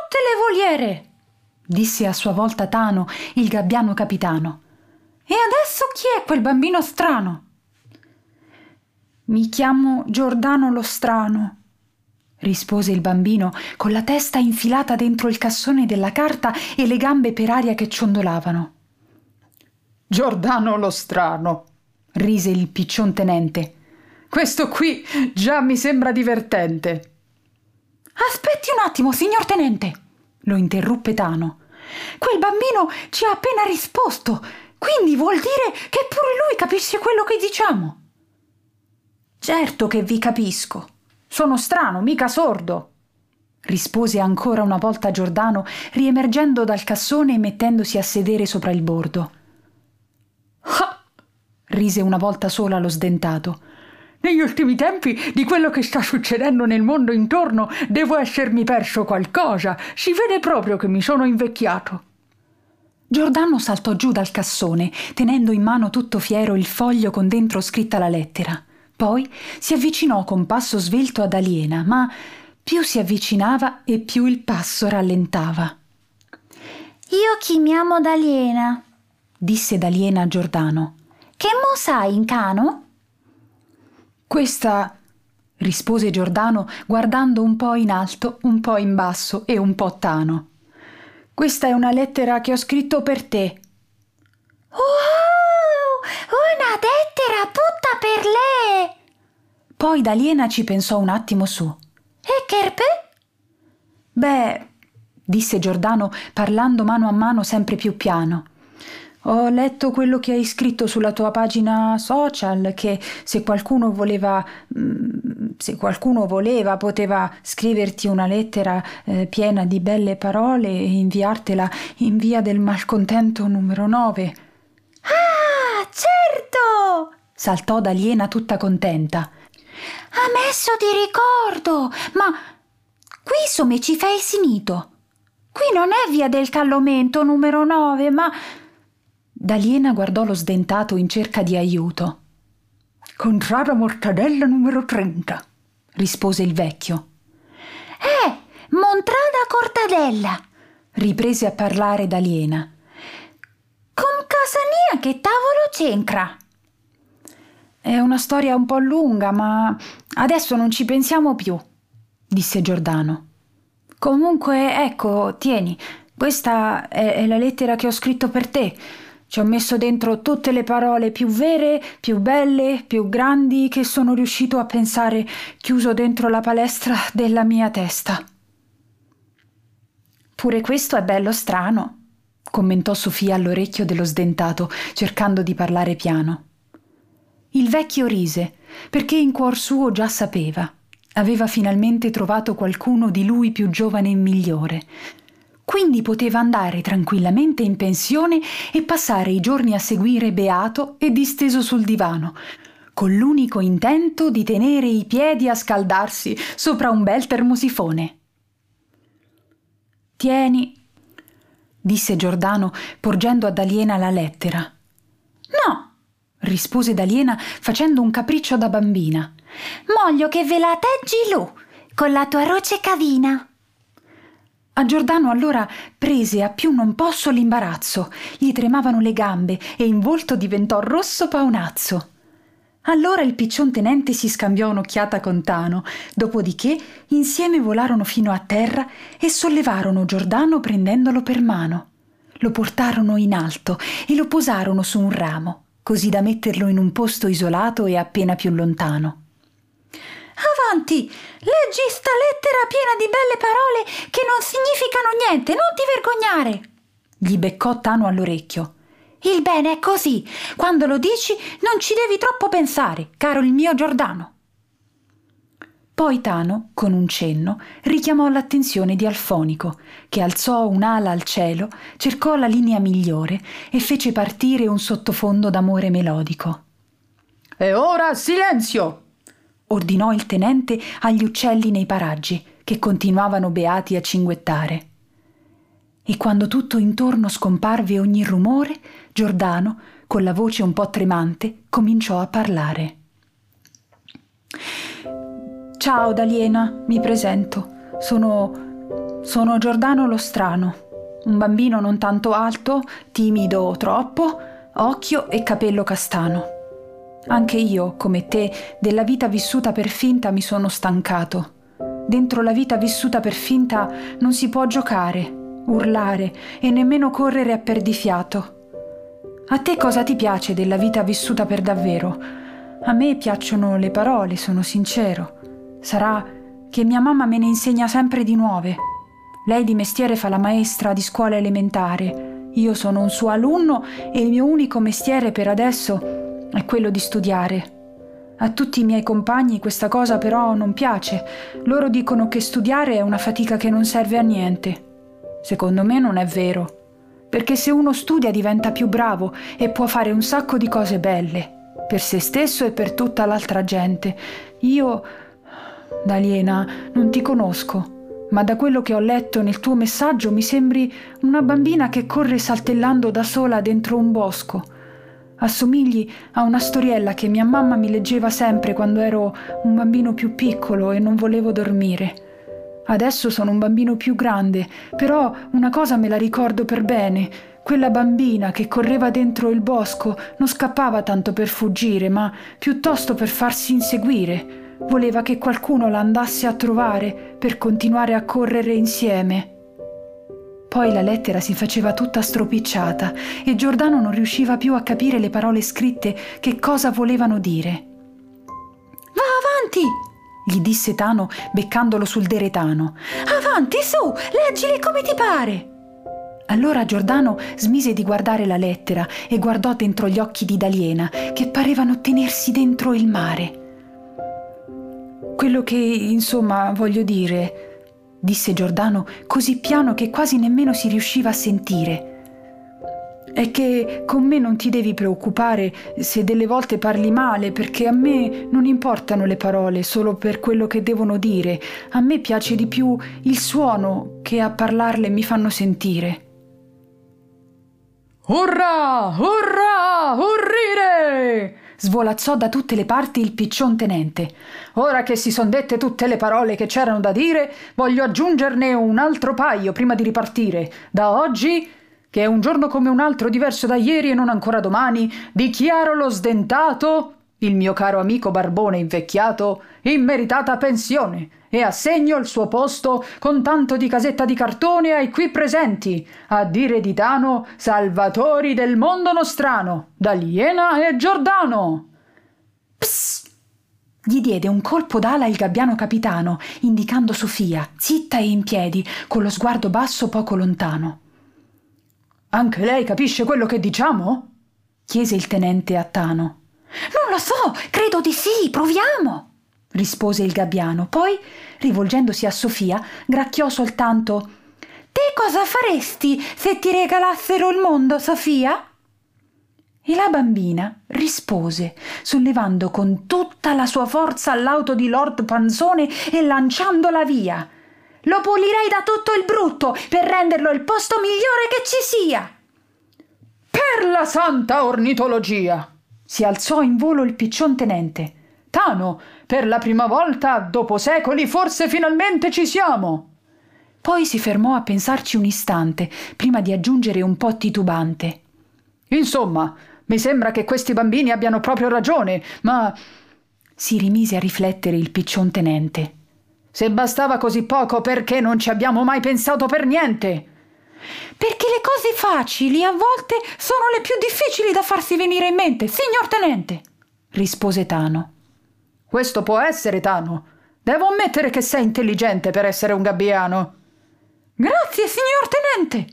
tutte le voliere, disse a sua volta Tano, il gabbiano capitano. E adesso chi è quel bambino strano? Mi chiamo Giordano lo Strano, rispose il bambino con la testa infilata dentro il cassone della carta e le gambe per aria che ciondolavano. Giordano lo Strano, rise il piccion tenente. Questo qui già mi sembra divertente. Aspetti un attimo, signor tenente, lo interruppe Tano. Quel bambino ci ha appena risposto, quindi vuol dire che pure lui capisce quello che diciamo. Certo che vi capisco. Sono strano, mica sordo, rispose ancora una volta Giordano, riemergendo dal cassone e mettendosi a sedere sopra il bordo. Ah! Rise una volta sola lo sdentato. Negli ultimi tempi di quello che sta succedendo nel mondo intorno devo essermi perso qualcosa. Si vede proprio che mi sono invecchiato. Giordano saltò giù dal cassone, tenendo in mano tutto fiero il foglio con dentro scritta la lettera. Poi si avvicinò con passo svelto ad Aliena, ma più si avvicinava e più il passo rallentava. Io chiamiamo D'Aliena, disse D'Aliena a Giordano. Che mo sai in cano? Questa, rispose Giordano guardando un po' in alto, un po' in basso e un po' Tano. Questa è una lettera che ho scritto per te. Una lettera tutta per lei! Poi D'Aliena ci pensò un attimo su. E perché? Beh, disse Giordano parlando mano a mano sempre più piano. Ho letto quello che hai scritto sulla tua pagina social, che se qualcuno voleva poteva scriverti una lettera piena di belle parole e inviartela in via del Malcontento numero 9. Ah, certo! Saltò D'Aliena tutta contenta. Adesso ti ricordo, ma qui some ci fai finito. Qui non è via del Callomento numero 9, ma... D'Aliena guardò lo sdentato in cerca di aiuto. Contrada Mortadella numero 30, rispose il vecchio. Montrada Cortadella, riprese a parlare D'Aliena. Con casa mia che tavolo c'entra? È una storia un po' lunga, ma adesso non ci pensiamo più, disse Giordano. Comunque, ecco, tieni, questa è la lettera che ho scritto per te. Ci ho messo dentro tutte le parole più vere, più belle, più grandi che sono riuscito a pensare chiuso dentro la palestra della mia testa. Pure questo è bello strano, commentò Sofia all'orecchio dello sdentato, cercando di parlare piano. Il vecchio rise, perché in cuor suo già sapeva. Aveva finalmente trovato qualcuno di lui più giovane e migliore. Quindi poteva andare tranquillamente in pensione e passare i giorni a seguire beato e disteso sul divano, con l'unico intento di tenere i piedi a scaldarsi sopra un bel termosifone. Tieni, disse Giordano, porgendo ad Aliena la lettera. No, rispose D'Aliena facendo un capriccio da bambina. Voglio che ve la teggi lu, con la tua roce cavina. A Giordano allora prese a più non posso l'imbarazzo, gli tremavano le gambe e in volto diventò rosso paonazzo. Allora il piccion tenente si scambiò un'occhiata con Tano, dopodiché insieme volarono fino a terra e sollevarono Giordano prendendolo per mano. Lo portarono in alto e lo posarono su un ramo, così da metterlo in un posto isolato e appena più lontano. Avanti, leggi sta lettera piena di belle parole che non significano niente, non ti vergognare, gli beccò Tano all'orecchio. Il bene è così, quando lo dici non ci devi troppo pensare, caro il mio Giordano. Poi Tano, con un cenno, richiamò l'attenzione di Alfonico, che alzò un'ala al cielo, cercò la linea migliore e fece partire un sottofondo d'amore melodico. E ora silenzio! Ordinò il tenente agli uccelli nei paraggi, che continuavano beati a cinguettare. E quando tutto intorno scomparve ogni rumore, Giordano, con la voce un po' tremante, cominciò a parlare. Ciao D'Aliena, mi presento. Sono Sono Giordano lo strano, un bambino non tanto alto, timido troppo, occhio e capello castano. Anche io, come te, della vita vissuta per finta mi sono stancato. Dentro la vita vissuta per finta non si può giocare, urlare e nemmeno correre a perdifiato. A te cosa ti piace della vita vissuta per davvero? A me piacciono le parole, sono sincero. Sarà che mia mamma me ne insegna sempre di nuove. Lei di mestiere fa la maestra di scuola elementare. Io sono un suo alunno e il mio unico mestiere per adesso è quello di studiare. A tutti i miei compagni questa cosa però non piace. Loro dicono che studiare è una fatica che non serve a niente. Secondo me non è vero. Perché se uno studia diventa più bravo e può fare un sacco di cose belle, per se stesso e per tutta l'altra gente. Io, Daliena, non ti conosco, ma da quello che ho letto nel tuo messaggio mi sembri una bambina che corre saltellando da sola dentro un bosco. Assomigli a una storiella che mia mamma mi leggeva sempre quando ero un bambino più piccolo e non volevo dormire. Adesso sono un bambino più grande, però una cosa me la ricordo per bene. Quella bambina che correva dentro il bosco non scappava tanto per fuggire, ma piuttosto per farsi inseguire. Voleva che qualcuno la andasse a trovare per continuare a correre insieme. Poi la lettera si faceva tutta stropicciata e Giordano non riusciva più a capire le parole scritte che cosa volevano dire. «Va avanti!» gli disse Tano beccandolo sul deretano. «Avanti, su, leggili come ti pare!» Allora Giordano smise di guardare la lettera e guardò dentro gli occhi di Daliena, che parevano tenersi dentro il mare. «Quello che, insomma, voglio dire», disse Giordano così piano che quasi nemmeno si riusciva a sentire, «è che con me non ti devi preoccupare se delle volte parli male, perché a me non importano le parole solo per quello che devono dire. A me piace di più il suono che a parlarle mi fanno sentire». «Urrà! Urrà! Urrire!» svolazzò da tutte le parti il piccion tenente. «Ora che si son dette tutte le parole che c'erano da dire, voglio aggiungerne un altro paio prima di ripartire. Da oggi, che è un giorno come un altro diverso da ieri e non ancora domani, dichiaro lo sdentato, il mio caro amico barbone invecchiato, in meritata pensione e assegno il suo posto con tanto di casetta di cartone ai qui presenti, a dire di Tano, salvatori del mondo nostrano, Daliena e Giordano». «Psst!» gli diede un colpo d'ala il gabbiano capitano, indicando Sofia, zitta e in piedi, con lo sguardo basso poco lontano. «Anche lei capisce quello che diciamo?» chiese il tenente a Tano. «Non lo so, credo di sì, proviamo», rispose il gabbiano. Poi, rivolgendosi a Sofia, gracchiò soltanto: «Te cosa faresti se ti regalassero il mondo, Sofia?» E la bambina rispose, sollevando con tutta la sua forza l'auto di Lord Panzone e lanciandola via: «Lo pulirei da tutto il brutto per renderlo il posto migliore che ci sia!» «Per la santa ornitologia!» si alzò in volo il piccion tenente. «Tano, per la prima volta dopo secoli forse finalmente ci siamo!» Poi si fermò a pensarci un istante prima di aggiungere un po' titubante: «Insomma, mi sembra che questi bambini abbiano proprio ragione, ma…» si rimise a riflettere il piccion tenente. «Se bastava così poco, perché non ci abbiamo mai pensato per niente?» «Perché le cose facili a volte sono le più difficili da farsi venire in mente, signor tenente», rispose Tano. «Questo può essere, Tano. Devo ammettere che sei intelligente per essere un gabbiano». «Grazie, signor tenente».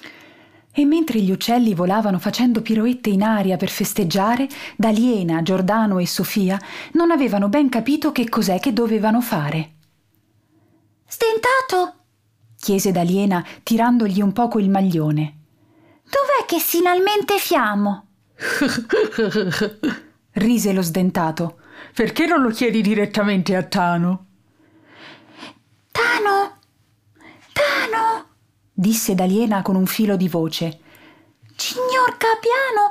E mentre gli uccelli volavano facendo piroette in aria per festeggiare, Daliena, Giordano e Sofia non avevano ben capito che cos'è che dovevano fare. «Stentato?» chiese Daliena tirandogli un poco il maglione. «Dov'è che finalmente fiamo?» rise lo sdentato. «Perché non lo chiedi direttamente a Tano?» «Tano! Tano!» disse Daliena con un filo di voce. «Signor Gabbiano,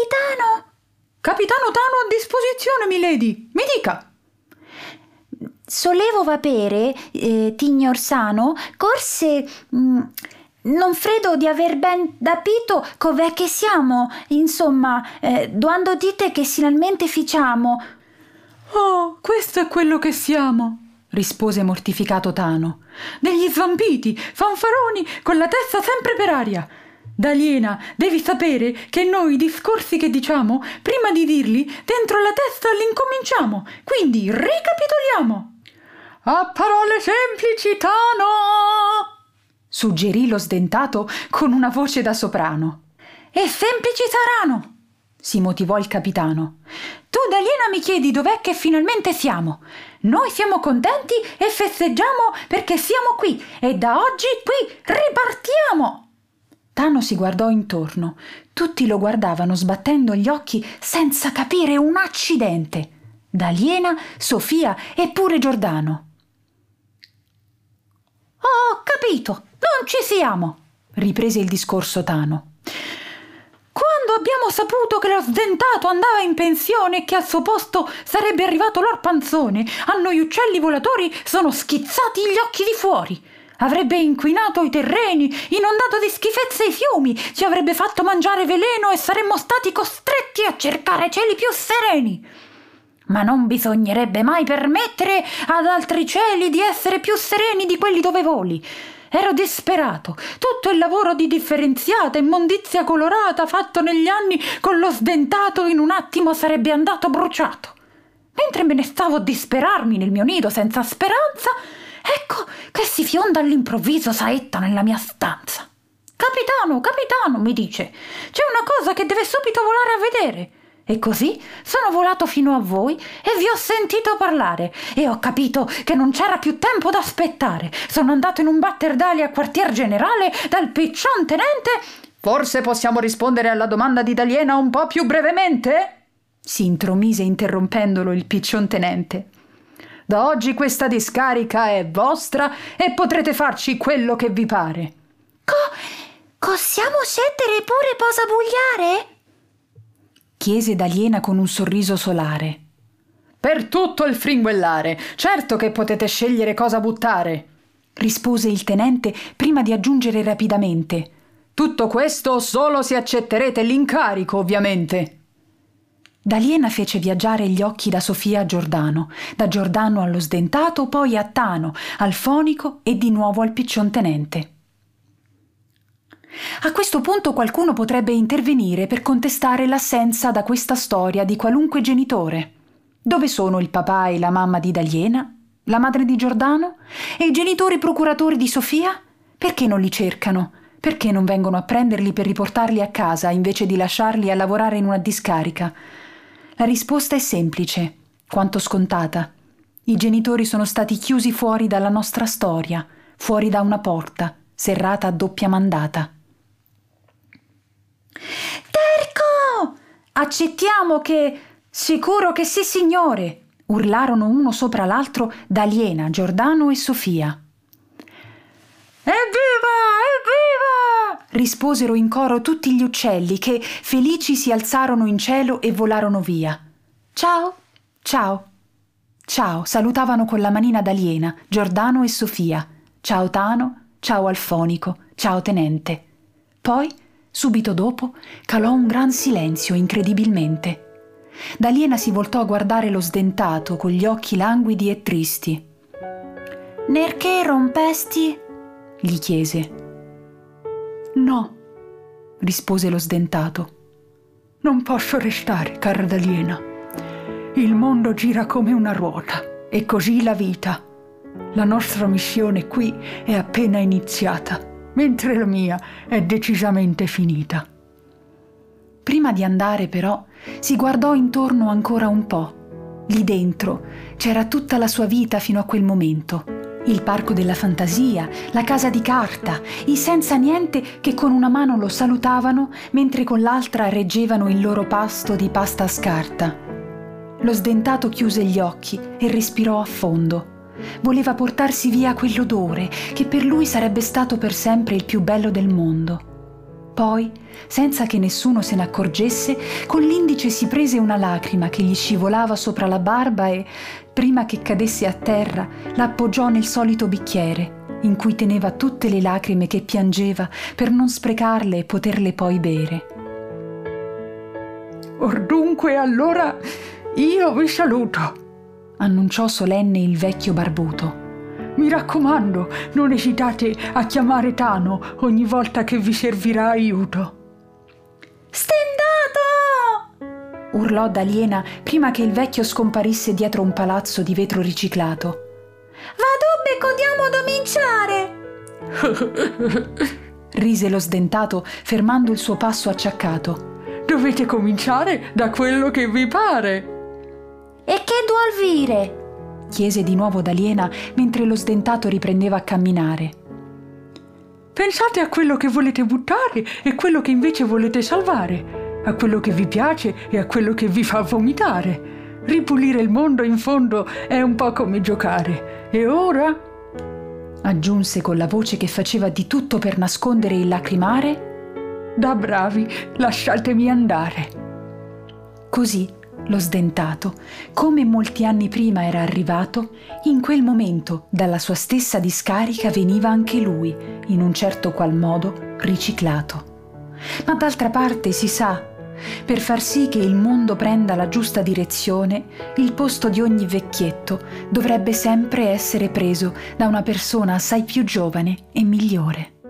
Sapitano!» «Capitano Tano a disposizione, milady. Mi dica!» solevo vapere, tignor Sano, corse... non credo di aver ben capito cov'è che siamo, insomma, quando dite che finalmente ficiamo. Oh, questo è quello che siamo, rispose mortificato Tano. Degli svampiti, fanfaroni, con la testa sempre per aria. Daliena, devi sapere che noi i discorsi che diciamo, prima di dirli, dentro la testa li incominciamo. Quindi ricapitoliamo. A parole semplici, Tano! Suggerì lo sdentato con una voce da soprano. E semplici saranno, si motivò il capitano. Tu, Daliena, mi chiedi dov'è che finalmente siamo. Noi siamo contenti e festeggiamo perché siamo qui e da oggi qui ripartiamo. Tano si guardò intorno. Tutti lo guardavano sbattendo gli occhi senza capire un accidente. Daliena, Sofia e pure Giordano. Ho capito, non ci siamo, riprese il discorso Tano. Quando abbiamo saputo che lo sdentato andava in pensione e che al suo posto sarebbe arrivato Lor Panzone, a noi uccelli volatori sono schizzati gli occhi di fuori. Avrebbe inquinato i terreni, inondato di schifezze i fiumi, ci avrebbe fatto mangiare veleno e saremmo stati costretti a cercare cieli più sereni. Ma non bisognerebbe mai permettere ad altri cieli di essere più sereni di quelli dove voli. Ero disperato. Tutto il lavoro di differenziata immondizia colorata fatto negli anni con lo sdentato in un attimo sarebbe andato bruciato. Mentre me ne stavo a disperarmi nel mio nido senza speranza, ecco che si fionda all'improvviso saetta nella mia stanza. Capitano, capitano, mi dice, c'è una cosa che deve subito volare a vedere. E così sono volato fino a voi e vi ho sentito parlare e ho capito che non c'era più tempo da aspettare. Sono andato in un batter d'ali a quartier generale dal piccion tenente. Forse possiamo rispondere alla domanda di Daliena un po' più brevemente? Si intromise interrompendolo il piccion tenente. Da oggi questa discarica è vostra e potrete farci quello che vi pare. Possiamo scegliere pure posa bugliare? Chiese Daliena con un sorriso solare. Per tutto il fringuellare, certo che potete scegliere cosa buttare, rispose il tenente prima di aggiungere rapidamente. Tutto questo solo se accetterete l'incarico, ovviamente. Daliena fece viaggiare gli occhi da Sofia a Giordano, da Giordano allo sdentato, poi a Tano, al fonico e di nuovo al piccion tenente. A questo punto qualcuno potrebbe intervenire per contestare l'assenza da questa storia di qualunque genitore. Dove sono il papà e la mamma di Daliena? La madre di Giordano? E i genitori procuratori di Sofia? Perché non li cercano? Perché non vengono a prenderli per riportarli a casa invece di lasciarli a lavorare in una discarica? La risposta è semplice, quanto scontata. I genitori sono stati chiusi fuori dalla nostra storia, fuori da una porta, serrata a doppia mandata. Terco! Accettiamo che... Sicuro che sì, signore! Urlarono uno sopra l'altro Daliena, Giordano e Sofia. Evviva! Evviva! Risposero in coro tutti gli uccelli che, felici, si alzarono in cielo e volarono via. Ciao! Ciao! Ciao! Salutavano con la manina Daliena, Giordano e Sofia. Ciao Tano, ciao al fonico, ciao tenente. Poi... subito dopo calò un gran silenzio incredibilmente. Daliena si voltò a guardare lo sdentato con gli occhi languidi e tristi. Nerché rompesti? Gli chiese. No, rispose lo sdentato. Non posso restare, cara Daliena. Il mondo gira come una ruota e così la vita. La nostra missione qui è appena iniziata, mentre la mia è decisamente finita. Prima di andare, però, si guardò intorno ancora un po'. Lì dentro c'era tutta la sua vita fino a quel momento. Il parco della fantasia, la casa di carta, i senza niente che con una mano lo salutavano mentre con l'altra reggevano il loro pasto di pasta a scarta. Lo sdentato chiuse gli occhi e respirò a fondo. Voleva portarsi via quell'odore che per lui sarebbe stato per sempre il più bello del mondo. Poi, senza che nessuno se ne accorgesse, con l'indice si prese una lacrima che gli scivolava sopra la barba e, prima che cadesse a terra, la appoggiò nel solito bicchiere, in cui teneva tutte le lacrime che piangeva per non sprecarle e poterle poi bere. Ordunque allora io vi saluto, annunciò solenne il vecchio barbuto. Mi raccomando, non esitate a chiamare Tano ogni volta che vi servirà aiuto. Stendato! Urlò Daliena prima che il vecchio scomparisse dietro un palazzo di vetro riciclato. Va dove dobbiamo cominciare? Rise lo sdentato fermando il suo passo acciaccato. Dovete cominciare da quello che vi pare. E che duol vire? Chiese di nuovo Daliena mentre lo sdentato riprendeva a camminare. Pensate a quello che volete buttare e quello che invece volete salvare, a quello che vi piace e a quello che vi fa vomitare. Ripulire il mondo in fondo è un po' come giocare. E ora? Aggiunse con la voce che faceva di tutto per nascondere il lacrimare. Da bravi, lasciatemi andare. Così lo sdentato, come molti anni prima era arrivato, in quel momento dalla sua stessa discarica veniva anche lui, in un certo qual modo, riciclato. Ma d'altra parte si sa, per far sì che il mondo prenda la giusta direzione, il posto di ogni vecchietto dovrebbe sempre essere preso da una persona assai più giovane e migliore.